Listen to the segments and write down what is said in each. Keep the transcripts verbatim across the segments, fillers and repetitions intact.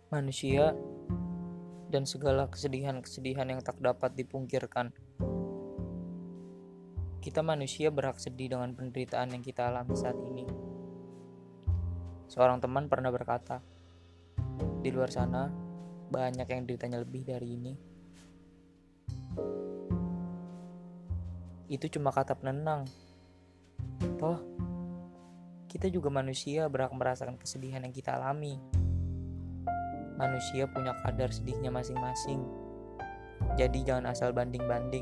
manusia, dan segala kesedihan-kesedihan yang tak dapat dipungkirkan. Kita manusia berhak sedih dengan penderitaan yang kita alami saat ini. Seorang teman pernah berkata, di luar sana banyak yang deritanya lebih dari ini. Itu cuma kata penenang. Toh, kita juga manusia berhak merasakan kesedihan yang kita alami. Manusia punya kadar sedihnya masing-masing. Jadi jangan asal banding-banding.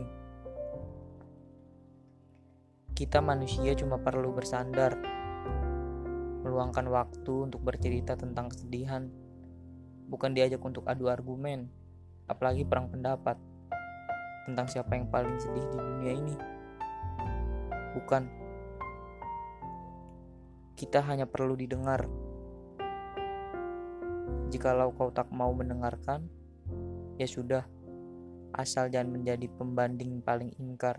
Kita manusia cuma perlu bersandar, meluangkan waktu untuk bercerita tentang kesedihan, bukan diajak untuk adu argumen, apalagi perang pendapat tentang siapa yang paling sedih di dunia ini. Bukan. Kita hanya perlu didengar. Jikalau kau tak mau mendengarkan, ya sudah, asal jangan menjadi pembanding paling ingkar.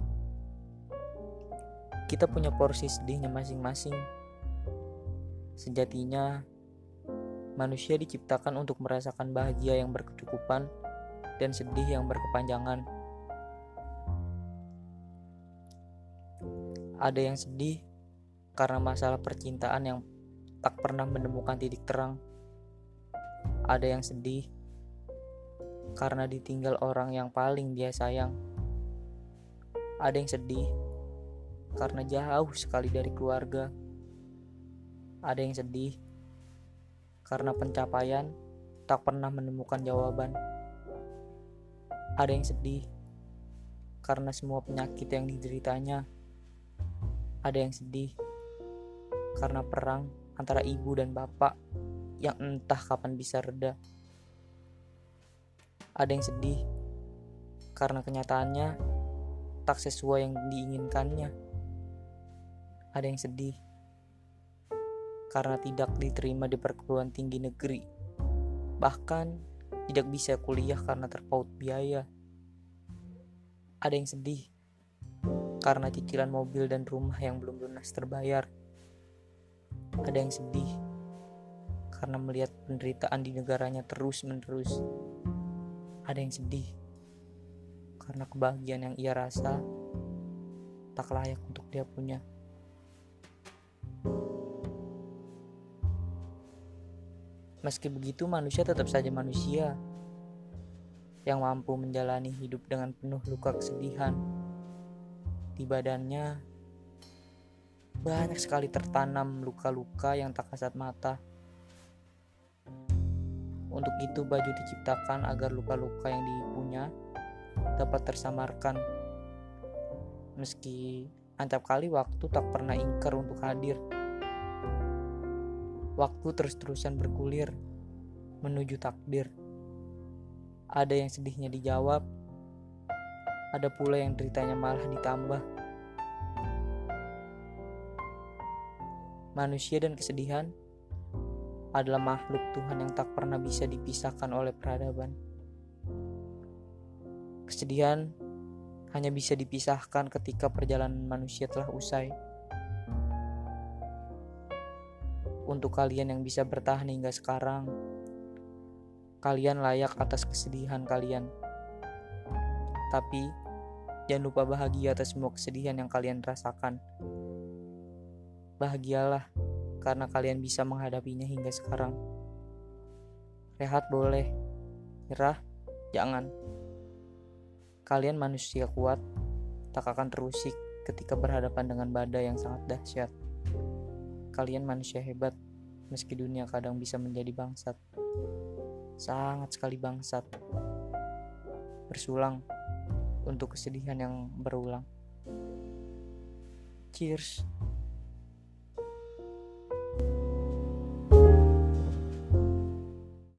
Kita punya porsi sedihnya masing-masing. Sejatinya, manusia diciptakan untuk merasakan bahagia yang berkecukupan dan sedih yang berkepanjangan. Ada yang sedih karena masalah percintaan yang tak pernah menemukan titik terang. Ada yang sedih karena ditinggal orang yang paling dia sayang. Ada yang sedih karena jauh sekali dari keluarga. Ada yang sedih karena pencapaian tak pernah menemukan jawaban. Ada yang sedih karena semua penyakit yang dideritanya. Ada yang sedih karena perang antara ibu dan bapak yang entah kapan bisa reda. Ada yang sedih karena kenyataannya tak sesuai yang diinginkannya. Ada yang sedih karena tidak diterima di perguruan tinggi negeri, bahkan tidak bisa kuliah karena terpaut biaya. Ada yang sedih karena cicilan mobil dan rumah yang belum lunas terbayar. Ada yang sedih karena melihat penderitaan di negaranya terus-menerus. Ada yang sedih karena kebahagiaan yang ia rasa tak layak untuk dia punya. Meski begitu, manusia tetap saja manusia yang mampu menjalani hidup dengan penuh luka kesedihan. Di badannya banyak sekali tertanam luka-luka yang tak kasat mata. Untuk itu baju diciptakan agar luka-luka yang dipunya dapat tersamarkan. Meski acap kali waktu tak pernah ingkar untuk hadir. Waktu terus-terusan bergulir menuju takdir. Ada yang sedihnya dijawab, ada pula yang deritanya malah ditambah. Manusia dan kesedihan adalah makhluk Tuhan yang tak pernah bisa dipisahkan oleh peradaban. Kesedihan hanya bisa dipisahkan ketika perjalanan manusia telah usai. Untuk kalian yang bisa bertahan hingga sekarang, kalian layak atas kesedihan kalian. Tapi jangan lupa bahagia atas semua kesedihan yang kalian rasakan. Bahagialah karena kalian bisa menghadapinya hingga sekarang. Rehat boleh, nyerah jangan. Kalian manusia kuat, tak akan terusik ketika berhadapan dengan badai yang sangat dahsyat. Kalian manusia hebat, meski dunia kadang bisa menjadi bangsat. Sangat sekali bangsat. Bersulang untuk kesedihan yang berulang. Cheers.